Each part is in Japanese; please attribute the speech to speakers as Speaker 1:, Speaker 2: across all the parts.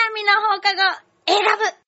Speaker 1: 南の放課後選ぶ。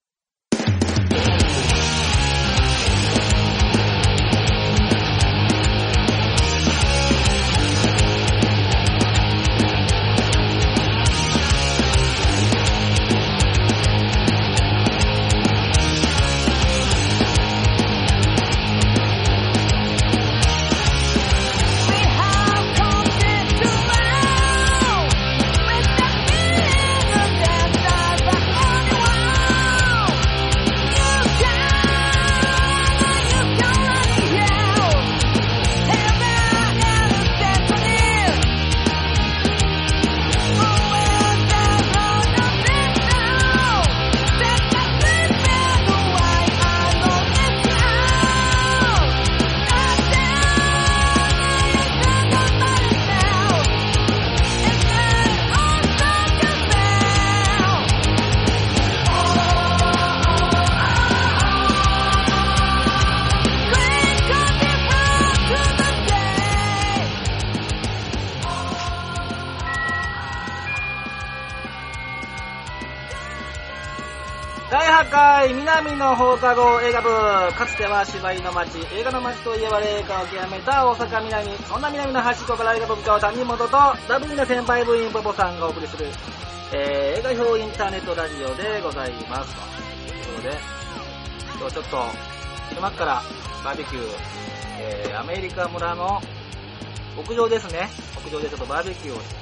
Speaker 2: 第8回南の放課後映画部。かつては芝居の街、映画の街といえば映画を極めた大阪南。そんな南の端っこから映画部部長谷本とダブリの先輩部員ポポさんがお送りする、映画表インターネットラジオでございますということで、今日ちょっと昼間からバーベキュー、アメリカ村の屋上ですね。屋上でちょっとバーベキューをして、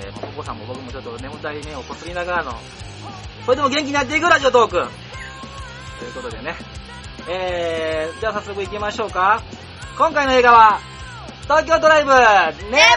Speaker 2: ポポさんも僕もちょっと眠たい目をこすりながらの、それでも元気になっていくラジオトークということでね、じゃあ早速行きましょうか。今回の映画は東京ドライブネバネバ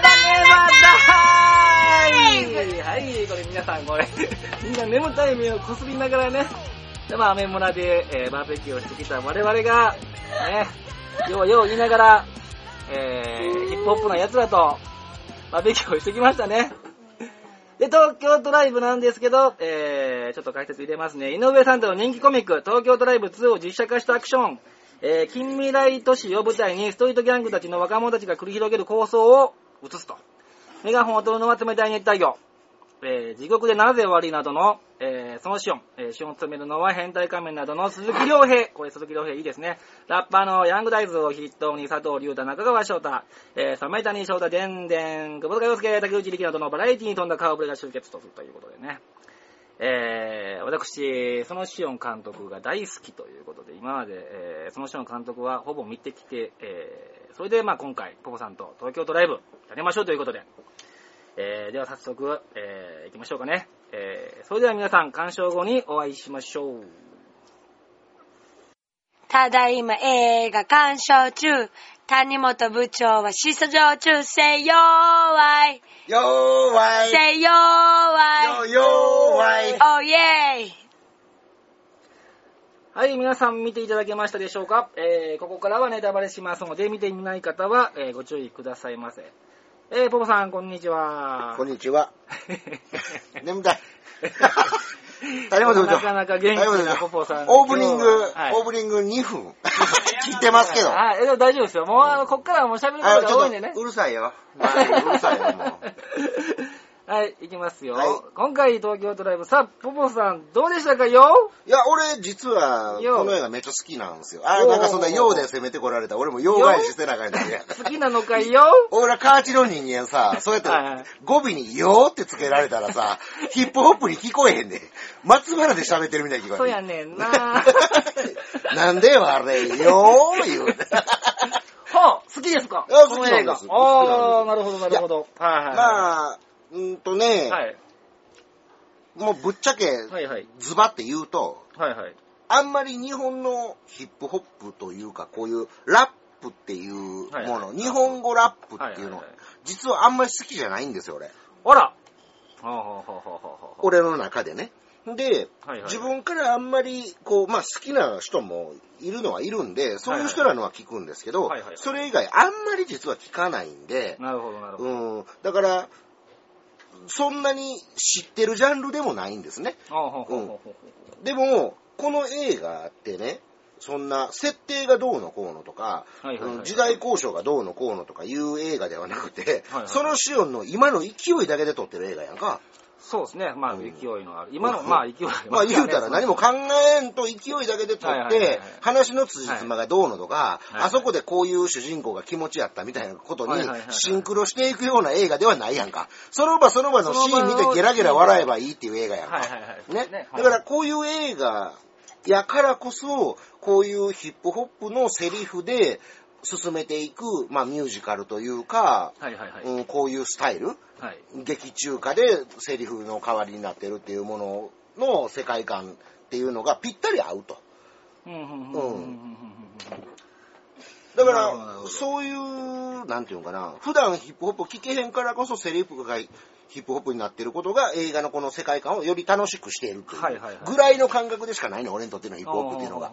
Speaker 2: ダイ。はい、これ皆さんこれみんな眠たい目をこすりながらね、でアメ村で、バーベキューをしてきた我々がね、よう言いながら、ヒップホップな奴らとバーベキューをしてきましたね。で、東京ドライブなんですけど、ちょっと解説入れますね。井上さんとの人気コミック、東京ドライブ2を実写化したアクション、近未来都市を舞台にストリートギャングたちの若者たちが繰り広げる構想を映すと。メガホンを取るのは冷たい熱帯魚。地獄でなぜ終わりなどの、そのシオン、シオンを務めるのは変態仮面などの鈴木亮平。これ鈴木亮平いいですね。ラッパーのヤングダイズを筆頭に佐藤隆太、中川翔太、サ谷翔太、でんでん、久保塚洋介、竹内力などのバラエティに富んだ顔ぶれが集結ということでね。私、そのシオン監督が大好きということで、今まで、そのシオン監督はほぼ見てきて、それでまあ今回、ポポさんと東京ドライブやりましょうということで、では早速、行きましょうかね。それでは皆さん鑑賞後にお会いしましょう。
Speaker 3: ただいま映画鑑賞中。谷本部長は審査場中。Say your why
Speaker 4: Your why
Speaker 3: Say your why
Speaker 4: Your why
Speaker 3: Oh yeah。
Speaker 2: はい、皆さん見ていただけましたでしょうか。ここからはネタバレしますので、見ていない方は、ご注意くださいませ。ポポさん、こんにちは。
Speaker 4: こんにちは。眠たい。谷本部長。
Speaker 2: なかなか元気なポポさん。
Speaker 4: オープニング2分。切ってますけど。
Speaker 2: でも大丈夫ですよ。もう、こっからはもう喋ることが多いんでね。
Speaker 4: うるさいよ。うるさいよ、もう。
Speaker 2: はい、いきますよ。
Speaker 4: はい、
Speaker 2: 今回東京ドライブ、さあ、ポポさん、どうでしたかよ？
Speaker 4: いや、俺、実は、この映画めっちゃ好きなんですよ。なんかそんなようで攻めてこられた。俺もよう返ししてなあかんね。
Speaker 2: 好きなのかよ？
Speaker 4: 俺らカーチの人間さ、そうやって語尾によーってつけられたらさ、ヒップホップに聞こえへんねん。松原で喋ってるみたいに聞こえる。
Speaker 2: そうやねんな。
Speaker 4: なんでよ、あれ、よー言う。
Speaker 2: はぁ、好きですか？
Speaker 4: 好きなんです。
Speaker 2: ああ、なるほど、なるほど。はい。
Speaker 4: まあ、
Speaker 2: はい、
Speaker 4: もうぶっちゃけ、ズバって言うと、あんまり日本のヒップホップというか、こういうラップっていうもの、日本語ラップっていうの、実はあんまり好きじゃないんですよ、俺。
Speaker 2: あら！
Speaker 4: 俺の中でね。で、自分からあんまり、こう、まあ好きな人もいるのはいるんで、そういう人らのは聞くんですけど、それ以外あんまり実は聞かないんで、
Speaker 2: なるほど、なるほど。
Speaker 4: だから、そんなに知ってるジャンルでもないんですね。でも、この映画ってね、そんな設定がどうのこうのとか、時代交渉がどうのこうのとかいう映画ではなくて、そのシオンの今の勢いだけで撮ってる映画やんか。
Speaker 2: そうですね。まあ、勢いのある。今の、まあ、勢いあり
Speaker 4: まあ、言うたら何も考えんと勢いだけで撮って、話の辻褄がどうのとか、あそこでこういう主人公が気持ちやったみたいなことに、シンクロしていくような映画ではないやんか。その場その場のシーン見てゲラゲラ笑えばいいっていう映画やんか。ね。だから、こういう映画やからこそ、こういうヒップホップのセリフで、進めていく、まあ、ミュージカルというか、こういうスタイル、劇中歌でセリフの代わりになってるっていうものの世界観っていうのがぴったり合うと。だから、そういう、なんていうのかな、普段ヒップホップ聞けへんからこそセリフがヒップホップになってることが映画のこの世界観をより楽しくしているというぐらいの感覚でしかないの、俺にとってのヒップホップっていうのが。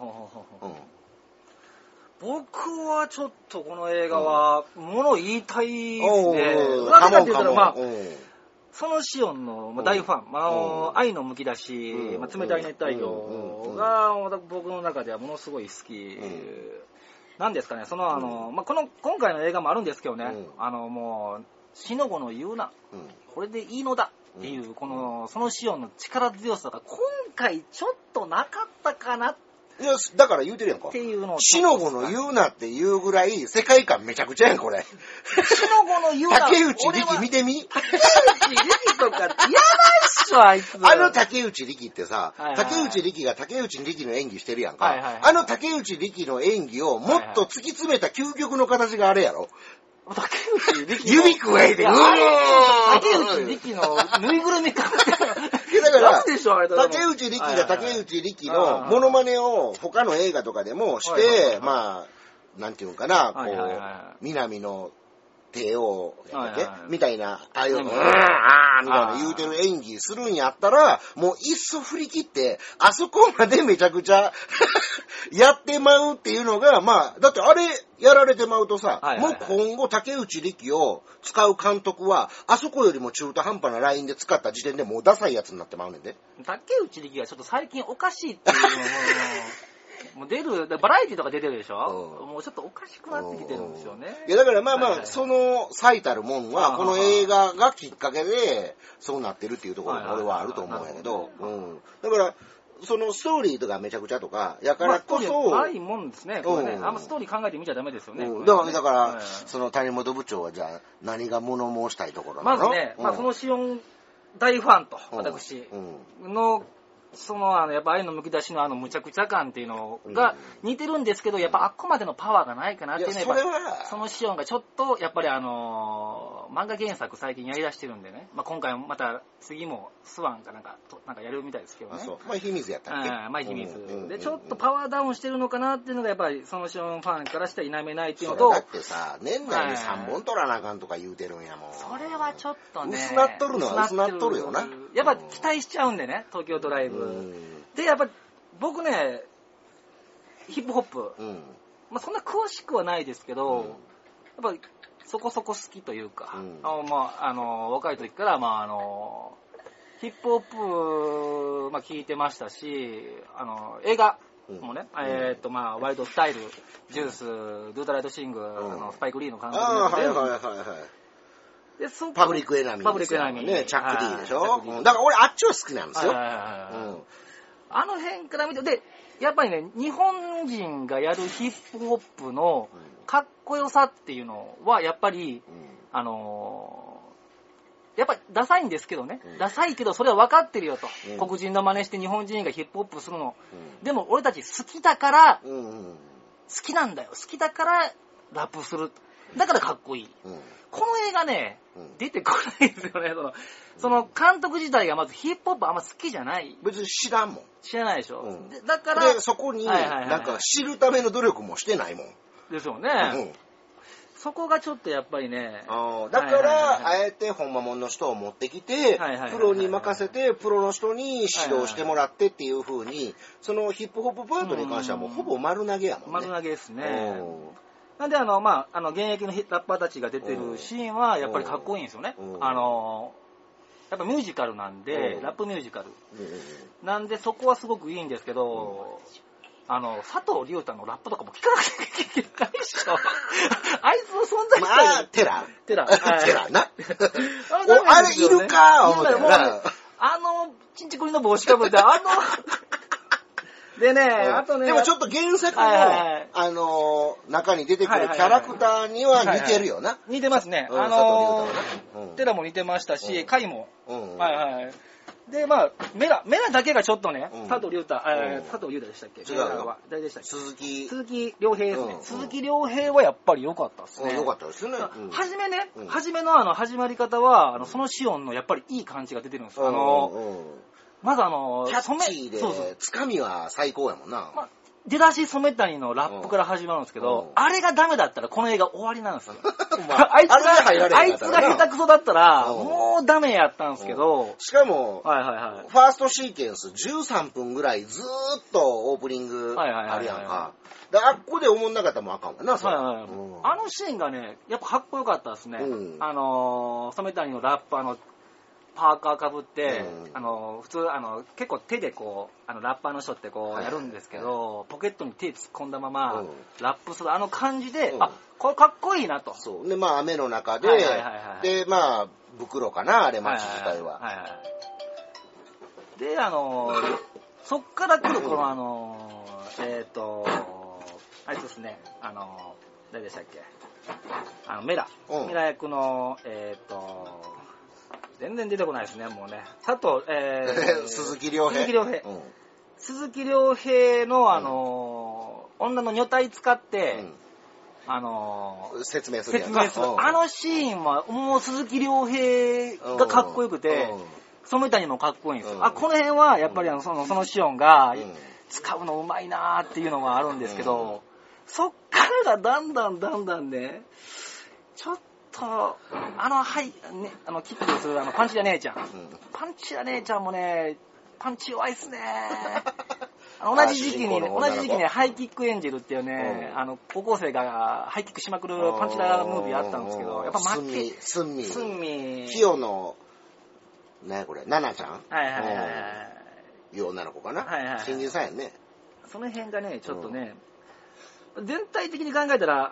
Speaker 2: 僕はちょっとこの映画は物を言いたいですね。なぜかというと、まあ、そのシオンの大ファン、愛のむき出し、冷たい熱帯魚が僕の中ではものすごい好きなんですかね。そのまあ、今回の映画もあるんですけどね、もうしのごの言うな、これでいいのだっていうそのシオンの力強さが今回ちょっとなかったかな。
Speaker 4: いや、だから言うてるやんか。しのごの言うなっていうぐらい世界観めちゃくちゃやん、これ。し
Speaker 2: のごの言うな。
Speaker 4: 竹内力見てみ。
Speaker 2: 竹内力とかやばいっしょ、あいつ。
Speaker 4: 竹内力ってさ、竹内力が竹内力の演技してるやんか。竹内力の演技をもっと突き詰めた究極の形があれやろ。
Speaker 2: 竹内力
Speaker 4: 指くわえて、
Speaker 2: 竹内力のぬいぐるみか
Speaker 4: だから、竹内力が竹内力のモノマネを他の映画とかでもして、まあ、なんていうのかな、こう、南の帝王やったっけみたいな、ああいう、みたいな言うてる演技するんやったら、もういっそ振り切って、あそこまでめちゃくちゃやってまうっていうのが、まあ、だってあれやられてまうとさ、もう今後竹内力を使う監督は、あそこよりも中途半端なラインで使った時点でもうダサいやつになってまうねんで。
Speaker 2: 竹内力がちょっと最近おかしいっていうのもう出る、バラエティとか出てるでしょ、もうちょっとおかしくなってきてるんですよね。
Speaker 4: いやだからまあまあ、その最たるもんは、この映画がきっかけで、そうなってるっていうところが俺はあると思うんやけど、だから、そのストーリーとかめちゃくちゃとか、やからこそ。
Speaker 2: ないもんですね、これね。あんまストーリー考えてみちゃダメですよね。
Speaker 4: だから、その谷本部長はじゃあ、何が物申したいところなの？
Speaker 2: まずね、まあそのシオン大ファンと、私の、やっぱ愛のむき出しのむちゃくちゃ感っていうのが似てるんですけど、やっぱあっこまでのパワーがないかなっていうのは、そのシオンがちょっと、やっぱり漫画原作最近やり出してるんでね、まあ今回もまた次もスワンかなんかやるみたいですけどね。
Speaker 4: まあ秘密やったっけ？
Speaker 2: まあ秘密。で、ちょっとパワーダウンしてるのかなっていうのが、やっぱりそのシオンファンからしては否めないっていうのと。
Speaker 4: だってさ、年内に3本取らなあかんとか言うてるんやもん。
Speaker 2: それはちょっとね。
Speaker 4: 薄なっとるのは薄なっとるよな。
Speaker 2: やっぱ期待しちゃうんでね、東京ドライブ。で、やっぱ僕ね、ヒップホップ、まあそんな詳しくはないですけど、やっぱそこそこ好きというか、まあ若い時からまあヒップホップまあ聞いてましたし、映画もね、まあワイルドスタイル、ジュース、ドゥーダライトシング、スパイクリーの監督
Speaker 4: で、パブリックエナミー。
Speaker 2: パブリックエナミー
Speaker 4: ね、チャック D でしょ。だから俺あっちは好きなんですよ。
Speaker 2: あの辺から見て、で、やっぱりね、日本人がやるヒップホップのかっこよさっていうのは、やっぱり、やっぱりダサいんですけどね、ダサいけどそれは分かってるよと、黒人の真似して日本人がヒップホップするの、でも俺たち好きだから、好きなんだよ、好きだからラップする、だからかっこいい。この映画ね、出てこないですよね。その監督自体がまずヒップホップあんま好きじゃない。
Speaker 4: 別に知らんもん。
Speaker 2: 知らないでしょ。だから。
Speaker 4: で、そこになんか知るための努力もしてないもん。
Speaker 2: ですよね。そこがちょっとやっぱりね。
Speaker 4: だから、あえてほんまもんの人を持ってきて、プロに任せて、プロの人に指導してもらってっていう風に、そのヒップホップパートに関してはもうほぼ丸投げやもんね。
Speaker 2: 丸投げですね。なんでまあ、現役のラッパーたちが出てるシーンはやっぱりかっこいいんですよね。やっぱミュージカルなんで、ラップミュージカル。なんでそこはすごくいいんですけど、 佐藤隆太のラップとかも聞かなきゃいけないでしょ。あいつの存在
Speaker 4: まあ、テラな。あれいるか思ったよな。
Speaker 2: ちんちくりの帽子かぶって、でね、あとね。
Speaker 4: でもちょっと原作の、中に出てくるキャラクターには似てるよな。
Speaker 2: 似てますね。テラも似てましたし、カイも。で、まあ、メラだけがちょっとね、佐藤隆太でしたっけ？
Speaker 4: 違う
Speaker 2: わ。誰でしたっけ？
Speaker 4: 鈴
Speaker 2: 木亮平ですね。鈴木亮平はやっぱり良かったですね。
Speaker 4: 良かったですね。
Speaker 2: 初めの始まり方は、そのシオンのやっぱりいい感じが出てるんですよ。まず
Speaker 4: キャッチーで、つかみは最高やもんな。
Speaker 2: 出だし染谷のラップから始まるんですけど、あれがダメだったらこの映画終わりなんですよ。あいつが下手くそだったら、もうダメやったんですけど。
Speaker 4: しかも、ファーストシーケンス13分ぐらいずーっとオープニングあるやんか。あっこで思んなかったらもうあかんわな、それ。あ
Speaker 2: のシーンがね、やっぱかっこよかったですね。染谷のラップパーカーかぶって、普通、結構手でこう、ラッパーの人ってこうやるんですけど、ポケットに手突っ込んだまま、ラップする感じで、これかっこいいなと。
Speaker 4: そう。で、まあ、雨の中で、で、まあ、袋かな、あれ、街自体は。
Speaker 2: で、そっから来るこの、あいつですね、誰でしたっけ？メラ役の、全然出てこないですね、もうね。
Speaker 4: 鈴木亮平。
Speaker 2: 鈴木亮平の、女の女体使って、
Speaker 4: 説明する。
Speaker 2: あのシーンは、もう鈴木亮平がかっこよくて、染谷もかっこいいんですよ。この辺は、やっぱりそのシオンが、使うのうまいなーっていうのがあるんですけど、そっからがだんだんね、ちょっと、キックするパンチラ姉ちゃん。パンチラ姉ちゃんもね、パンチ弱いっすね。同じ時期にね、ハイキックエンジェルっていうね、高校生がハイキックしまくるパンチラムービーあったんですけど、やっぱ負け。
Speaker 4: スンミ。
Speaker 2: キ
Speaker 4: ヨの、ねこれ、ナナちゃんいう女の子かな。新人さんやね。
Speaker 2: その辺がね、ちょっとね、全体的に考えたら、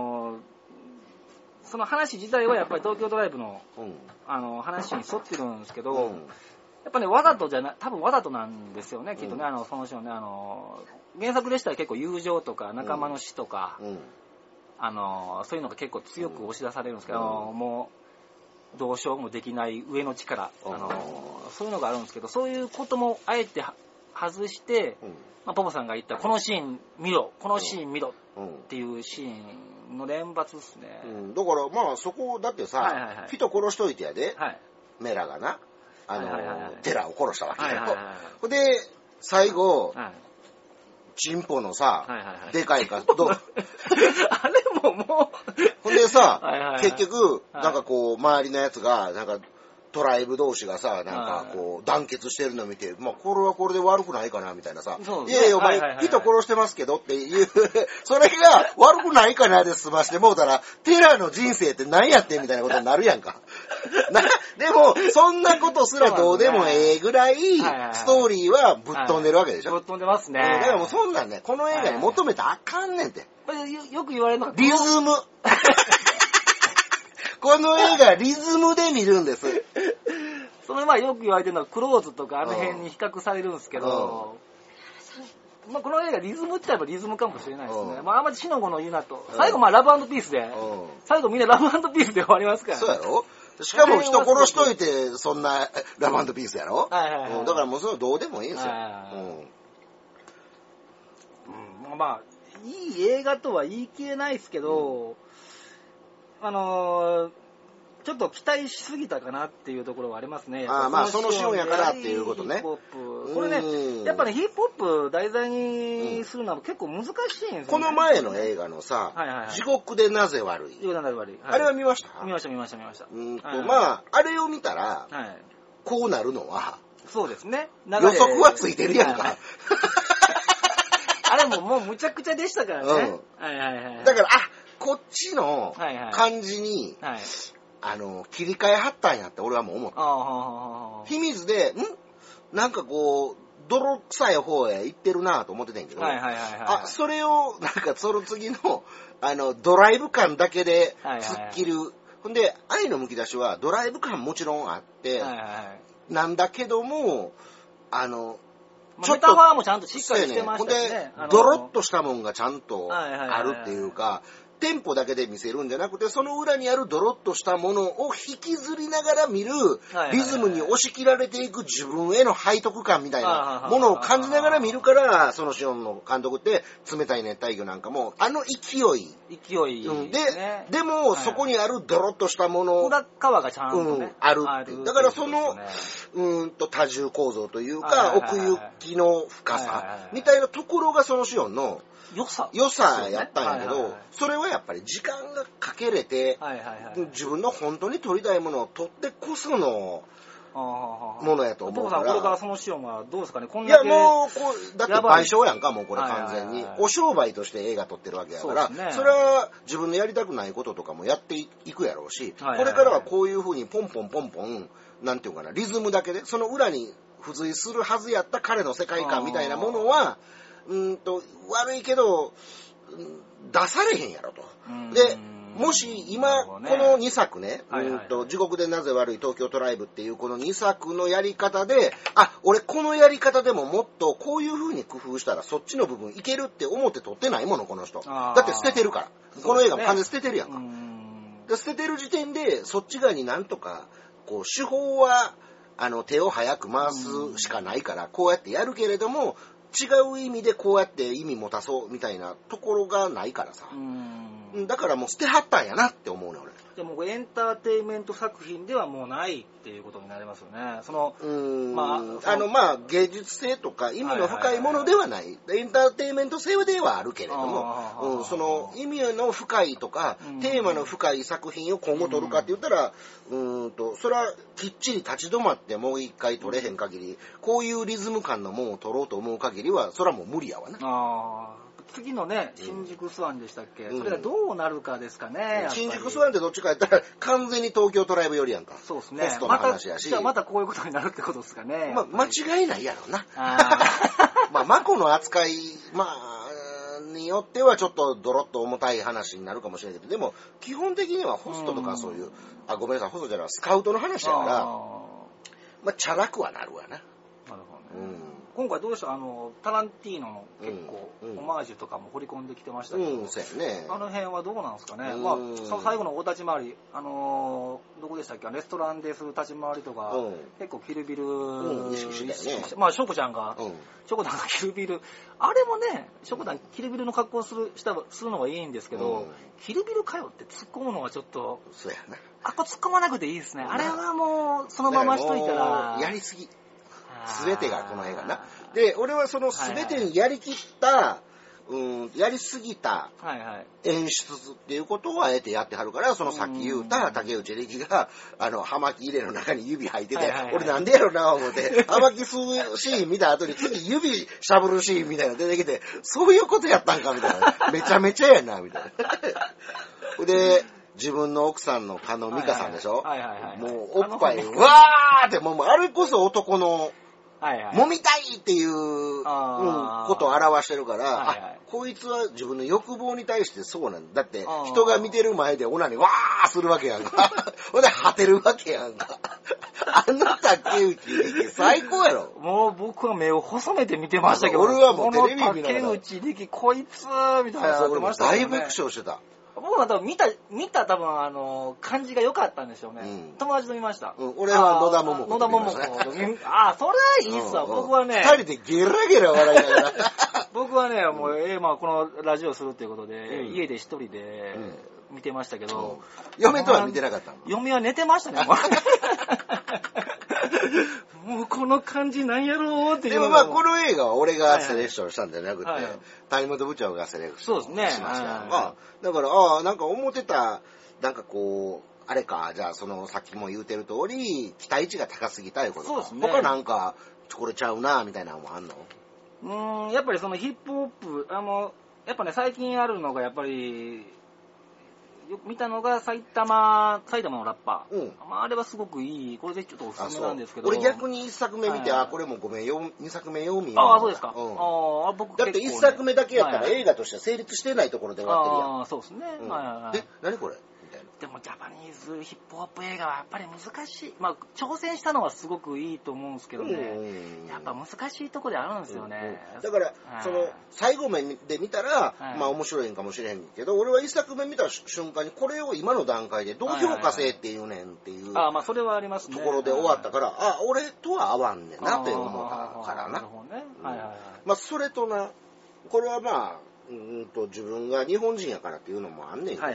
Speaker 2: その話自体はやっぱり東京ドライブの、話に沿ってるんですけど、やっぱね、多分わざとなんですよね、きっとね、その人ね、原作でしたら結構友情とか仲間の死とか、そういうのが結構強く押し出されるんですけど、もう、どうしようもできない上の力、そういうのがあるんですけど、そういうこともあえて外して、ポポさんが言ったこのシーン見ろっていうシーンの連発ですね。
Speaker 4: だからまあそこだってさ、人殺しといてやで、メラがな、テラを殺したわけだよ。で、最後、チンポのさ、でかいか、
Speaker 2: あれももう。
Speaker 4: ほんでさ、結局、なんかこう、周りのやつが、なんか、トライブ同士がさ、なんかこう、団結してるのを見て、まあ、これはこれで悪くないかな、みたいなさ。いやいや、お前、人殺してますけどっていう、それが悪くないかなで済ましてもうたら、テラの人生って何やってんみたいなことになるやんか。でも、そんなことすらどうでもええぐらい、ストーリーはぶっ飛んでるわけでしょ。
Speaker 2: ぶっ飛んでますね。
Speaker 4: だからもうそんなんね、この映画に求めたらあかんねんって。
Speaker 2: よく言われるのが、
Speaker 4: リズム。この映画リズムで見るんです。
Speaker 2: そのよく言われてるのはクローズとかあの辺に比較されるんですけど、まあこの映画リズムって言えばリズムかもしれないですね。まああんまりシノゴの言うなと。最後まあラブ&ピースで、最後みんなラブ&ピースで終わりますからね。
Speaker 4: そうやろ？しかも人殺しといてそんなラブ&ピースやろ？だからもうそれどうでもいいんですよ。
Speaker 2: まあいい映画とは言い切れないですけど、ちょっと期待しすぎたかなっていうところはありますね。
Speaker 4: まあそのシオンやからっていうことね。
Speaker 2: これね、やっぱねヒップホップ題材にするのは結構難しいんですよね。
Speaker 4: この前の映画のさ、地獄でなぜ悪い。あれは見ました？
Speaker 2: 見ました。
Speaker 4: まああれを見たら、こうなるのは、
Speaker 2: そうですね。
Speaker 4: 予測はついてるやんか。
Speaker 2: あれもうむちゃくちゃでしたからね。
Speaker 4: だからこっちの感じに、切り替えはったんやって俺はもう思った。秘密で、なんかこう、 泥臭い方へ行ってるなと思ってたんやけど、それを、なんかその次の、ドライブ感だけで突っ切る。ほんで、愛のむき出しはドライブ感もちろんあって、なんだけども、
Speaker 2: ちょっとメタファーもちゃんとしっかりしてましたね。
Speaker 4: ほんで、ドロッとしたもんがちゃんとあるっていうか、テンポだけで見せるんじゃなくて、その裏にあるドロッとしたものを引きずりながら見る、リズムに押し切られていく自分への背徳感みたいなものを感じながら見るから、そのシオンの監督って冷たい熱帯魚なんかも、勢い。でも、そこにあるドロッとしたもの
Speaker 2: 裏側がちゃんとね、
Speaker 4: あるっていう。だからその、多重構造というか、奥行きの深さみたいなところがそのシオンの良さやったんやけど、それはやっぱり時間がかけれて、自分の本当に撮りたいものを撮ってこそのものやと思うから。
Speaker 2: これからそのシオンはどうですかね。
Speaker 4: いやもうだって賠償やんか、もうこれ完全にお商売として映画撮ってるわけやから、それは自分のやりたくないこととかもやっていくやろうし、これからはこういう風にポンポンポンポンなんていうかな、リズムだけでその裏に付随するはずやった彼の世界観みたいなものは悪いけど出されへんやろと。で、もし今この2作ね、地獄でなぜ悪い東京トライブっていうこの2作のやり方で、俺このやり方でももっとこういう風に工夫したらそっちの部分いけるって思って撮ってないものこの人。だって捨ててるから。この映画も完全に捨ててるやんか。で捨ててる時点でそっち側になんとかこう手法は手を早く回すしかないからこうやってやるけれども、違う意味でこうやって意味持たそうみたいなところがないからさ。だからもう捨てはったんやなって思うね俺。
Speaker 2: でもエンターテインメント作品ではもうないっていうことになりますよね。
Speaker 4: 芸術性とか意味の深いものではない。エンターテインメント性ではあるけれども、その意味の深いとかテーマの深い作品を今後撮るかって言ったら、それはきっちり立ち止まってもう一回撮れへん限り、こういうリズム感のものを撮ろうと思う限りはそれはもう無理やわな。
Speaker 2: 次のね、新宿スワンでしたっけ、それがどうなるかですかね。
Speaker 4: 新宿スワンってどっちかやったら完全に東京トライブよりやんか。
Speaker 2: そうですね。
Speaker 4: ホストの話やし。
Speaker 2: じゃあまたこういうことになるってことですかね。
Speaker 4: 間違いないやろうな。マコの扱い、によってはちょっとドロッと重たい話になるかもしれないけど、でも基本的にはホストとかそういう、ごめんなさい、ホストじゃない、スカウトの話やから、チャラくはなるわな。
Speaker 2: なるほどね。今回どうでしたタランティーノの結構オマージュとかも掘り込んできてましたけど、
Speaker 4: そうやね、
Speaker 2: あの辺はどうなんですかね。その最後のお立ち回り、どこでしたっけ、レストランでする立ち回りとか、結構キルビル
Speaker 4: 意識してね。
Speaker 2: ショコちゃんがキルビル、あれもね、ショコちゃんキルビルの格好するのはいいんですけど、キルビルかよって突っ込むのはちょっと、
Speaker 4: そうやな。
Speaker 2: 突っ込まなくていいですね。あれはもうそのまましといたら
Speaker 4: やりすぎ。すべてがこの映画な。で、俺はそのすべてにやりきった、やりすぎた演出っていうことをあえてやってはるから、そのさっき言った竹内力が、葉巻入れの中に指入ってて、俺なんでやろな思って、葉巻吸うシーン見た後に次指しゃぶるシーンみたいなの出てきて、そういうことやったんかみたいな。めちゃめちゃやな、みたいな。で、自分の奥さんの加納美香さんでしょ、もうおっぱいわーって、もうあれこそ男の揉みたいっていうことを表してるから、こいつは自分の欲望に対してそうなんだ。だって人が見てる前でオナにわーするわけやんか。ほんで果てるわけやんか。竹内力最高やろ。
Speaker 2: もう僕は目を細めて見てましたけど、
Speaker 4: 俺はもうテレビ見ながら
Speaker 2: 竹内力こいつみたいなやってましたね。
Speaker 4: 大爆笑してた。
Speaker 2: 僕は多分見た多分感じが良かったんでしょうね。友達と見ました。
Speaker 4: 俺は野田桃子。
Speaker 2: それはいいっすわ。僕はね。
Speaker 4: 二人でゲラゲラ笑いながら。
Speaker 2: 僕はね、もうこのラジオするっていうことで、家で一人で見てましたけど。
Speaker 4: 嫁とは見てなかったの？
Speaker 2: 嫁は寝てましたね。もうこの感じなんやろうっていう。
Speaker 4: でもこの映画は俺がセレクションしたんじゃなくて、谷本部長がセレクションしましただから、なんか思ってた、なんかこう、あれか、じゃあそのさっきも言うてる通り、期待値が高すぎたいうことか。
Speaker 2: そうですね。
Speaker 4: 他なんか、これちゃうな、みたいなのもあんの？
Speaker 2: やっぱりそのヒップホップ、やっぱね、最近あるのがやっぱり、 よく見たのが埼玉のラッパー。まあ、あれはすごくいい。これでちょっとおすすめなんですけど。
Speaker 4: 俺逆に1作目見て、これもごめん、2作目読みよ。
Speaker 2: ああ、そうですか。
Speaker 4: 僕だって1作目だけやったら映画としては成立してないところで終わってるやん。
Speaker 2: ああ、そうですね。
Speaker 4: で、何これ
Speaker 2: でもジャパニーズヒップホップ映画はやっぱり難しい。まあ挑戦したのはすごくいいと思うんですけどね。やっぱ難しいとこであるんですよね。
Speaker 4: だからその最後目で見たらまあ面白いんかもしれへんけど、俺は一作目見た瞬間にこれを今の段階でどう評価せっていうねんっていうと
Speaker 2: まあそれはありますね。
Speaker 4: ころで終わったから、俺とは合わんねんなって思ったからな。まあそれとな、これはまあ自分が日本人やからっていうのもあんねんけど。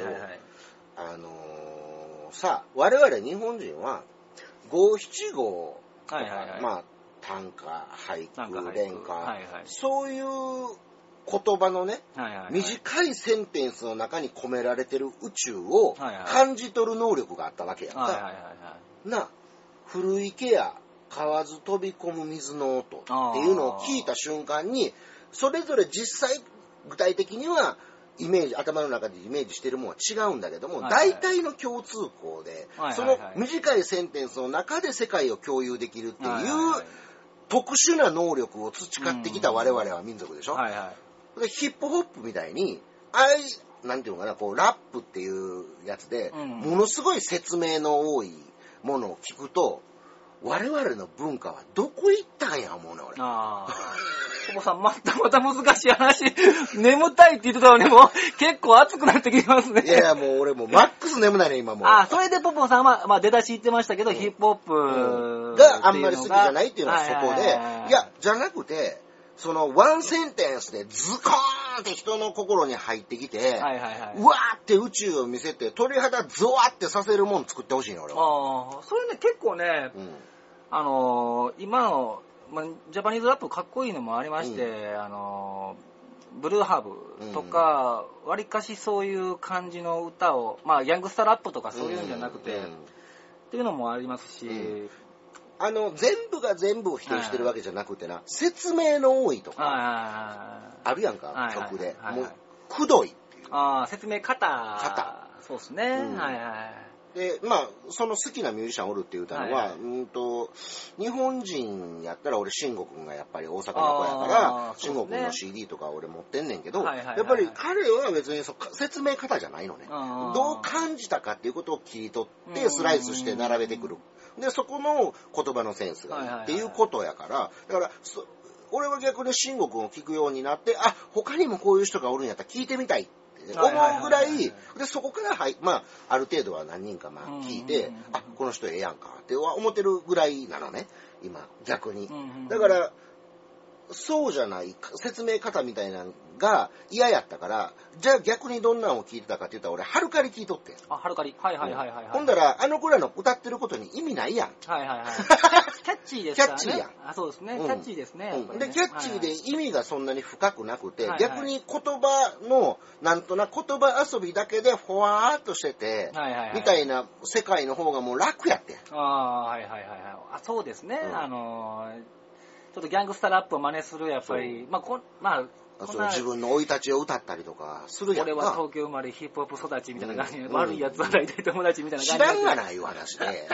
Speaker 4: さあ我々日本人は五七五とか、まあ短歌俳句連歌、そういう言葉のね、短いセンテンスの中に込められてる宇宙を感じ取る能力があったわけやんか。な、古池や河津飛び込む水の音っていうのを聞いた瞬間に、それぞれ実際具体的にはイメージ、頭の中でイメージしてるものは違うんだけども、大体の共通項で、その短いセンテンスの中で世界を共有できるっていう特殊な能力を培ってきた我々は民族でしょ。でヒップホップみたいになんていうのかな、こうラップっていうやつで、ものすごい説明の多いものを聞くと、我々の文化はどこ行ったんや思うね俺。
Speaker 2: 久保さん、また難しい話。眠たいって言ってたのにも結構熱くなってきてますね。
Speaker 4: いやもう俺もうマックス眠ないね今もう。
Speaker 2: それでポポさんは、まあ出だし言ってましたけど、ヒップホップ
Speaker 4: があんまり好きじゃないっていうのはそこで、いや、じゃなくて、そのワンセンテンスでズコーンって人の心に入ってきて、うわーって宇宙を見せて鳥肌ゾワってさせるもん作ってほしいの俺は。
Speaker 2: それね結構ね、今のジャパニーズラップかっこいいのもありまして、ブルーハーブとかわりかしそういう感じの歌を、まあヤングスターラップとかそういうんじゃなくて、っていうのもありますし、
Speaker 4: 全部が全部を否定してるわけじゃなくてな、説明の多いとかあるやんか、曲でもうくどいっていう、
Speaker 2: 説明型そうですね、で
Speaker 4: まあその好きなミュージシャンおるって言うたのは、日本人やったら俺慎吾くんがやっぱり大阪の子やから慎吾くんの CD とか俺持ってんねんけど、やっぱり彼は別に説明方じゃないのね。どう感じたかっていうことを切り取ってスライスして並べてくる。でそこの言葉のセンスがいいっていうことやから、だから俺は逆に慎吾くんを聞くようになって、他にもこういう人がおるんやったら聞いてみたい思うぐらいで、そこからまあある程度は何人か聞いて、この人ええやんかって思ってるぐらいなのね今逆に。だからそうじゃない説明方みたいなのが嫌やったから、じゃあ逆にどんなのを聞いてたかって言ったら俺ハルカリ聞いとって。
Speaker 2: ハルカリ、
Speaker 4: ほんだら子らの歌ってることに意味ないやん。
Speaker 2: キャッチーですからね。
Speaker 4: キャッチーやん。
Speaker 2: そうですね、キャッチーですね。
Speaker 4: でキャッチーで意味がそんなに深くなくて、逆に言葉のなんとなく言葉遊びだけでふわーっとしててみたいな世界の方がもう楽やって。
Speaker 2: そうですね。ちょっとギャングスターラップを真似するやっぱり
Speaker 4: 自分の生い立ちを歌ったりとかするやんか。
Speaker 2: 俺は東京生まれヒップホップ育ちみたいな感じで、悪いやつは大体友達みたいな感じで。
Speaker 4: 知らんがないいう話で。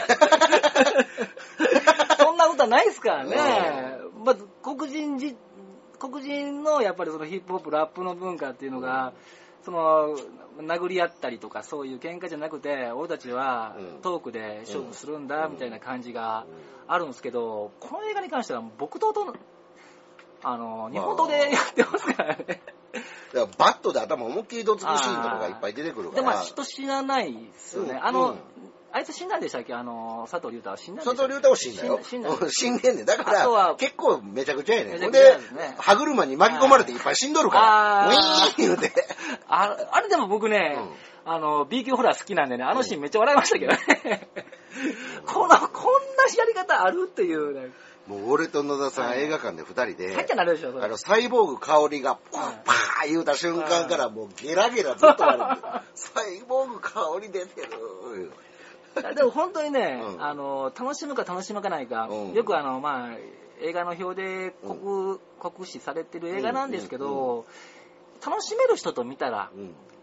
Speaker 2: そんな歌ないですからね。まず黒人のやっぱりそのヒップホップラップの文化っていうのが、その殴り合ったりとかそういう喧嘩じゃなくて、俺たちはトークで勝負するんだみたいな感じがあるんですけど、この映画に関しては僕と日本刀でやってますからね。
Speaker 4: だからバットで頭思いっきりどつくシーンとかがいっぱい出てくるから。
Speaker 2: でも人死なないですよね。あいつ死んだんでしたっけ？佐藤隆太は死んだんでしたっけ？
Speaker 4: 佐藤隆太は死んだよ。死んでんねん。だから結構めちゃくちゃやねん。で歯車に巻き込まれていっぱい死んどるから。ウィーン言うて。
Speaker 2: あれでも僕ね、B 級ホラー好きなんでね、あのシーンめっちゃ笑いましたけどね。こんなやり方あるっていうね。
Speaker 4: もう俺と野田さん映画館で2人で、
Speaker 2: さっきなるでしょ、
Speaker 4: サイボーグ香りがパー言うた瞬間からもうゲラゲラずっとあるんで、サイボーグ香り出てる。
Speaker 2: でも本当にね、楽しむか楽しむかないか、よく映画の表で酷使されてる映画なんですけど、楽しめる人と見たら、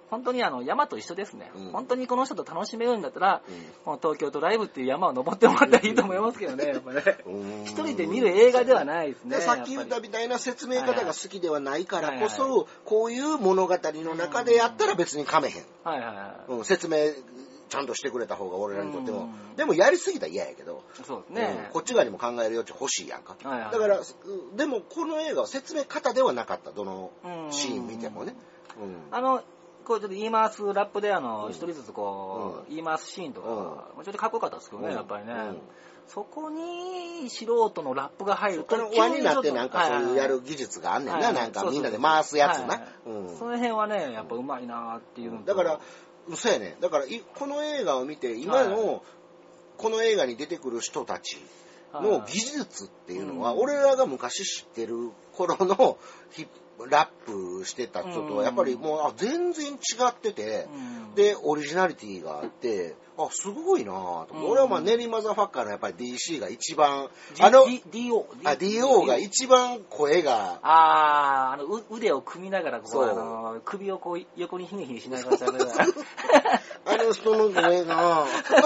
Speaker 2: 本当に山と一緒ですね。本当にこの人と楽しめるんだったら、この東京都ライブっていう山を登ってもらったらいいと思いますけどね、やっぱね。一人で見る映画ではないですね。
Speaker 4: さっき言ったみたいな説明方が好きではないからこそ、こういう物語の中でやったら別に噛めへん。説明ちゃんとしてくれた方が俺らにとっても。でもやりすぎたら嫌やけど。
Speaker 2: そうですね。
Speaker 4: こっち側にも考える余地欲しいやんか。だから、でもこの映画は説明方ではなかった。どのシーン見てもね。
Speaker 2: こうちょっと言い回すラップで一人ずつこう言い回すシーンとか、ちょっとかっこよかったですけどね、やっぱりね。そこに素人のラップが入ると、
Speaker 4: 輪になってなんかそういうやる技術があんねんな、なんかみんなで回すやつな。
Speaker 2: その辺はね、やっぱうまいなっていうの。
Speaker 4: だから、そうやね。だから、この映画を見て、今の、この映画に出てくる人たちの技術っていうのは、俺らが昔知ってる頃のラップしてた人とは、やっぱりもう全然違ってて、で、オリジナリティがあって、すごいなぁと。俺はネリマザファッカーのやっぱり DC が一番、DO が一番声が、
Speaker 2: 腕を組みながら、首をこう横にひねひねしながら喋る。
Speaker 4: あの人の声が、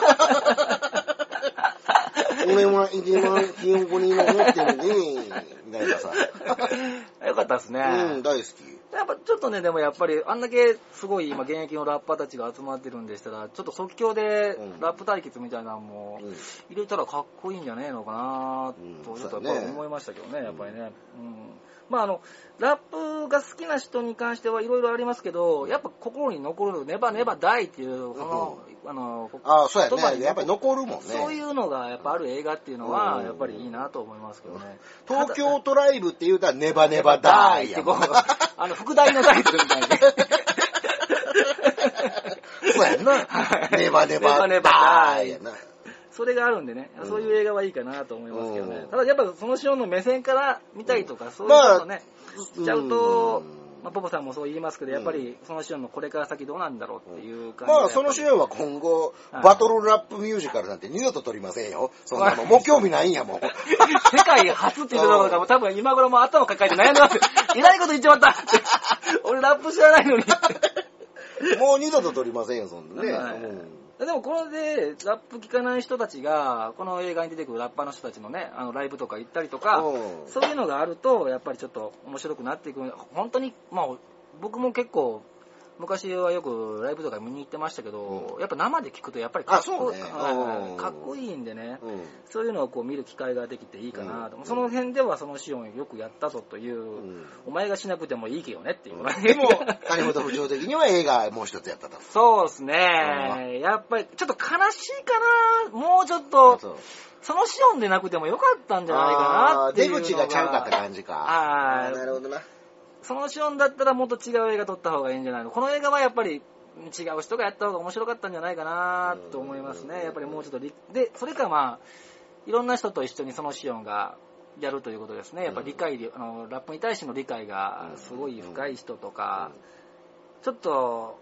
Speaker 4: 俺は一番ひよこに残ってるね、みたいなさ。
Speaker 2: よかったですね。
Speaker 4: 大好き。
Speaker 2: やっぱちょっとね、でもやっぱりあんだけすごい今現役のラッパーたちが集まってるんでしたら、ちょっと即興でラップ対決みたいなのも入れたらかっこいいんじゃねえのかなとちょっとやっぱり思いましたけどね、やっぱりね。ラップが好きな人に関してはいろいろありますけど、やっぱ心に残るネバネバダイっていう、
Speaker 4: そうやね。やっぱり残るもんね。
Speaker 2: そういうのがやっぱある映画っていうのは、やっぱりいいなと思いますけどね。
Speaker 4: 東京都ライブって言うたらネバネバダイやもん。
Speaker 2: 副題のタイトルみたいな。
Speaker 4: そうやんな。ネバネバダイやな。
Speaker 2: それがあるんでね、そういう映画はいいかなと思いますけどね。ただやっぱその人の目線から見たいとか、そういうことね、しちゃうと、ポポさんもそう言いますけど、やっぱりその人のこれから先どうなんだろうっていう感じで。
Speaker 4: その人は今後、バトルラップミュージカルなんて二度と撮りませんよ。そんなの。もう興味ないんやもん。
Speaker 2: 世界初っていうのが多分今頃も頭抱えて悩んでますよ。いないこと言っちまったって。俺ラップ知らないのに。
Speaker 4: もう二度と撮りませんよ、そんなね。
Speaker 2: でもこれでラップ聞かない人たちがこの映画に出てくるラッパーの人たちのねライブとか行ったりとかそういうのがあるとやっぱりちょっと面白くなっていく。本当に僕も結構昔はよくライブとか見に行ってましたけど、やっぱ生で聞くとやっぱりかっこいいんでね、そういうのをこう見る機会ができていいかなと。その辺ではそのシオンよくやったぞという、お前がしなくてもいいけどねっていう。
Speaker 4: でも谷本部長的には映画もう一つやったと。
Speaker 2: そうですね。やっぱりちょっと悲しいかな。もうちょっとそのシオンでなくてもよかったんじゃないかなっていうのが。
Speaker 4: 出口がちゃうかった感じか。なるほどな。
Speaker 2: そのシオンだったらもっと違う映画撮った方がいいんじゃないの。この映画はやっぱり違う人がやった方が面白かったんじゃないかなと思いますね。やっぱりもうちょっとでそれかいろんな人と一緒にそのシオンがやるということですね。やっぱりラップに対しての理解がすごい深い人とか、ちょっと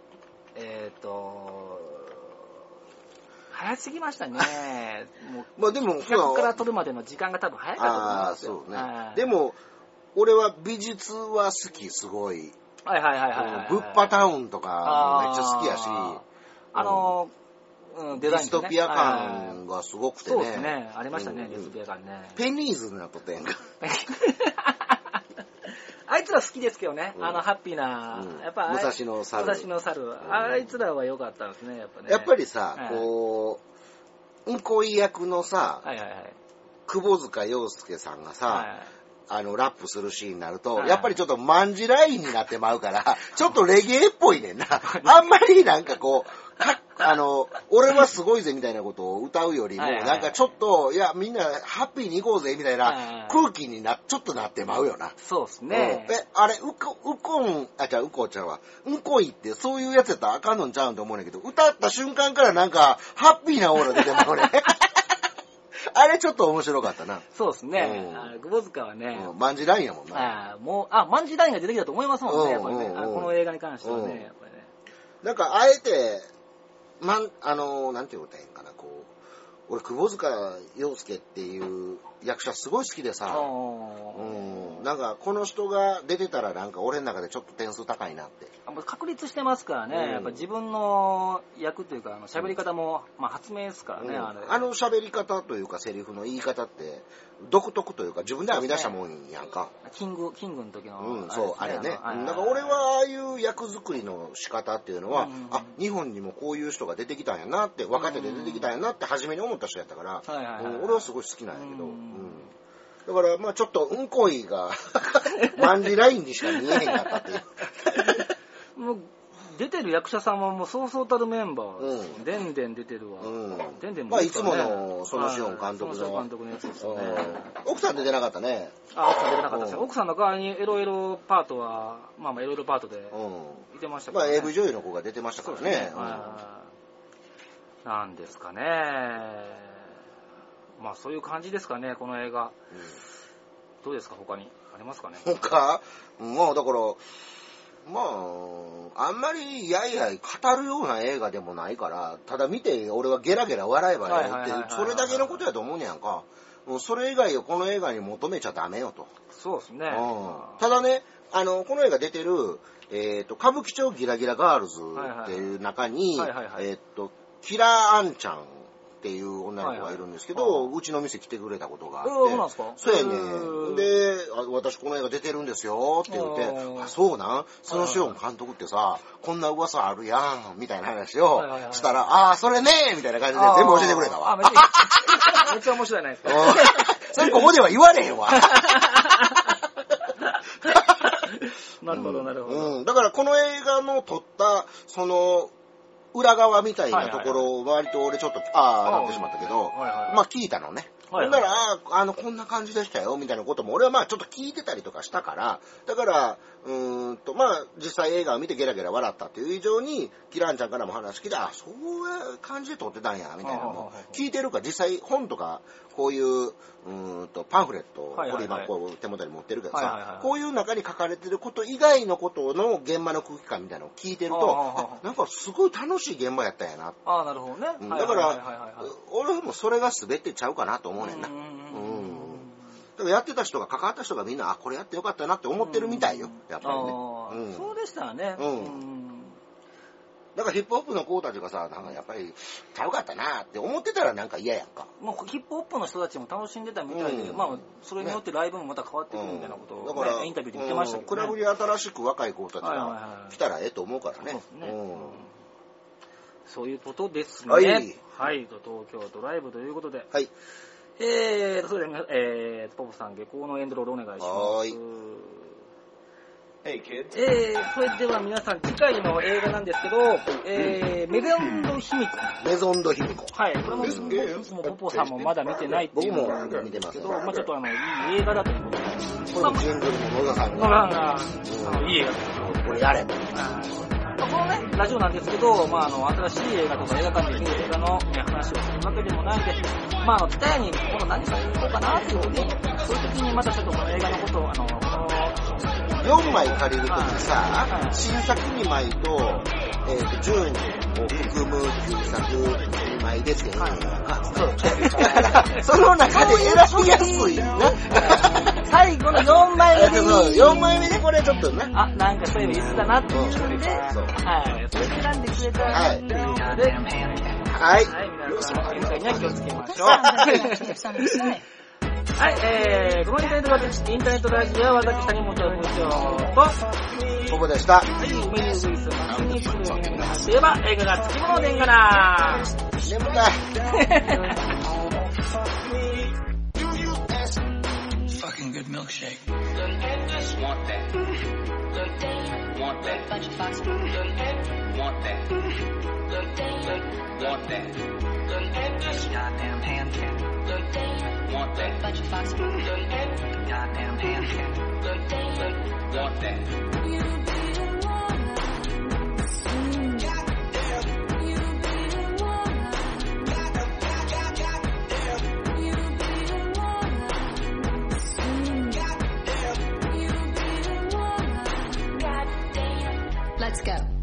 Speaker 2: 早すぎましたね。もうでも企画から撮るまでの時間が多分早かったと思いますよ。
Speaker 4: そうね。でも俺は美術は好き、すごい。ブッパタウンとかめっちゃ好きやし、ディストピア感がすごくてね。
Speaker 2: そうですね。ありましたね、ディストピア感ね。
Speaker 4: ペニーズになっとったやんか。
Speaker 2: あいつら好きですけどね。ハッピーな、やっぱ
Speaker 4: 武蔵野猿。
Speaker 2: あいつらは良かったんですね、やっぱね。
Speaker 4: やっぱりさ、うんこい役のさ、窪塚洋介さんがさ、ラップするシーンになると、やっぱりちょっとマンジラインになってまうから、ちょっとレゲエっぽいねんな。あんまりなんかこう、俺はすごいぜみたいなことを歌うよりも、なんかちょっと、いや、みんなハッピーに行こうぜみたいな空気にちょっとなってまうよな。
Speaker 2: そうですね。
Speaker 4: あれ、うんこいってそういうやつやったらあかんのんちゃうんと思うんだけど、歌った瞬間からなんか、ハッピーなオーラ出てまうね。あれちょっと面白かったな。
Speaker 2: そうですね。窪塚はね。
Speaker 4: マンジラインやもんな。
Speaker 2: マンジラインが出てきたと思いますもんね、やっぱりね。この映画に関してはね、やっぱりね。
Speaker 4: なんか、あえて、なんて言うたらいいんかな、俺、窪塚洋介っていう役者すごい好きでさ、なんかこの人が出てたらなんか俺の中でちょっと点数高いなって。
Speaker 2: 確立してますからね、やっぱ自分の役というか喋り方も、発明ですからね、
Speaker 4: あの喋り方というかセリフの言い方って独特というか自分で編み出したもんやんか。
Speaker 2: キングの時の、
Speaker 4: そうあれね。だから俺はああいう役作りの仕方っていうのは、日本にもこういう人が出てきたんやなって、若手で出てきたんやなって初めに思った人やったから、俺はすごい好きなんやけど。だからちょっとうんこいが万里ラインにしか見えへんかったっていう。
Speaker 2: もう出てる役者さんはもうそうそうたるメンバー、でんでん出てるわ。でんでんも
Speaker 4: いつものそのシオン監督の
Speaker 2: やつですよね。
Speaker 4: 奥さん出てなかったね。
Speaker 2: 奥さん出てなかったですよ。奥さんの代わりにエロエロパートはエロエロパートでいてましたからね。
Speaker 4: AV 女優の子が出てましたからね。
Speaker 2: なんですかね。そういう感じですかね、この映画。どうですか、他にありますかね。
Speaker 4: 他だからあんまりやいやい語るような映画でもないから、ただ見て俺はゲラゲラ笑えばいいっていう、それだけのことやと思うねやんか。それ以外をこの映画に求めちゃダメよと。
Speaker 2: そうですね。
Speaker 4: ただね、この映画出てる、歌舞伎町ギラギラガールズっていう中に、キラーアンちゃんっていう女の子がいるんですけど、うちの店来てくれたことがあって、そうやね。で、私この映画出てるんですよって言って、そうなんそのシオン監督ってさ、こんな噂あるやんみたいな話をしたら、それねみたいな感じで全部教えてくれたわ。
Speaker 2: めっちゃ面白いないですか。
Speaker 4: それここでは言われへんわ。
Speaker 2: なるほどなるほど。
Speaker 4: だからこの映画の撮ったその裏側みたいなところを割と俺ちょっとなってしまったけど、聞いたのね。だからこんな感じでしたよみたいなことも俺はちょっと聞いてたりとかしたから、だから実際映画を見てゲラゲラ笑ったっていう以上にキランちゃんからも話聞いて、そういう感じで撮ってたんやみたいなのも聞いてるから、実際本とかこういうパンフレットを俺今こう手元に持ってるけどさ、こういう中に書かれてること以外のことの現場の空気感みたいなのを聞いてると、なんかすごい楽しい現場やったんやな。
Speaker 2: なるほどね。
Speaker 4: だから俺もそれが全てちゃうかなと思うねんな。だからやってた人が関わった人がみんなこれやってよかったなって思ってるみたいよ、やっぱりね。
Speaker 2: そうでしたね。
Speaker 4: だからヒップホップの子たちがさ、なんかやっぱりちゃうかったなって思ってたらなんか嫌やんか。
Speaker 2: ヒップホップの人たちも楽しんでたみたいで、それによってライブもまた変わってくるみたいなことを、だからインタビューで言ってましたけどね。
Speaker 4: クラブに新しく若い子たちが来たらええと思うからね。
Speaker 2: そういうことですね。はい、東京都ライブということで。はい。それでポポさん下校のエンドロールお願いします。それでは皆さん次回の映画なんですけど、メゾンド卑弥呼。
Speaker 4: メゾンド卑弥呼。
Speaker 2: はい。これもポポさんもまだ見てないっていうのが
Speaker 4: 見てますけど、
Speaker 2: ちょっといい映画だということで。
Speaker 4: これジングルも野田さん
Speaker 2: がいい映画だと。
Speaker 4: これやれ。
Speaker 2: このね、ラジオなんですけど、新しい映画とか映画館で見る映画の話をするわけでもないんで、ツタヤに今度何か言おうかなっていう時に、そういう時にまたちょっとこの映画のことを、
Speaker 4: 4枚借りるときにさ、新作2枚と、順位を含む旧作2枚で1000円やな。その中で選びやすいな。
Speaker 2: 最後の4枚目で
Speaker 4: 4枚目でこれちょっとな。
Speaker 2: なんかそういうのいつだなっていうんで、それ選んでくれたらっていうので、皆さん今回には気をつけましょう。はい、このインターネットラジオは私、谷本部長と、
Speaker 4: ポポでした。
Speaker 2: はい、メニューウイスマンに来るメニューがといえば、映画がつきものでんがな。
Speaker 4: 眠たい。
Speaker 5: Fucking good milkshake.
Speaker 6: Want that. Want that. Bunch of foxes. Want that. Want that.
Speaker 5: Goddamn hand candy.
Speaker 6: Want that.
Speaker 5: Bunch of foxes. Goddamn hand candy.
Speaker 6: Want that.
Speaker 5: Let's go.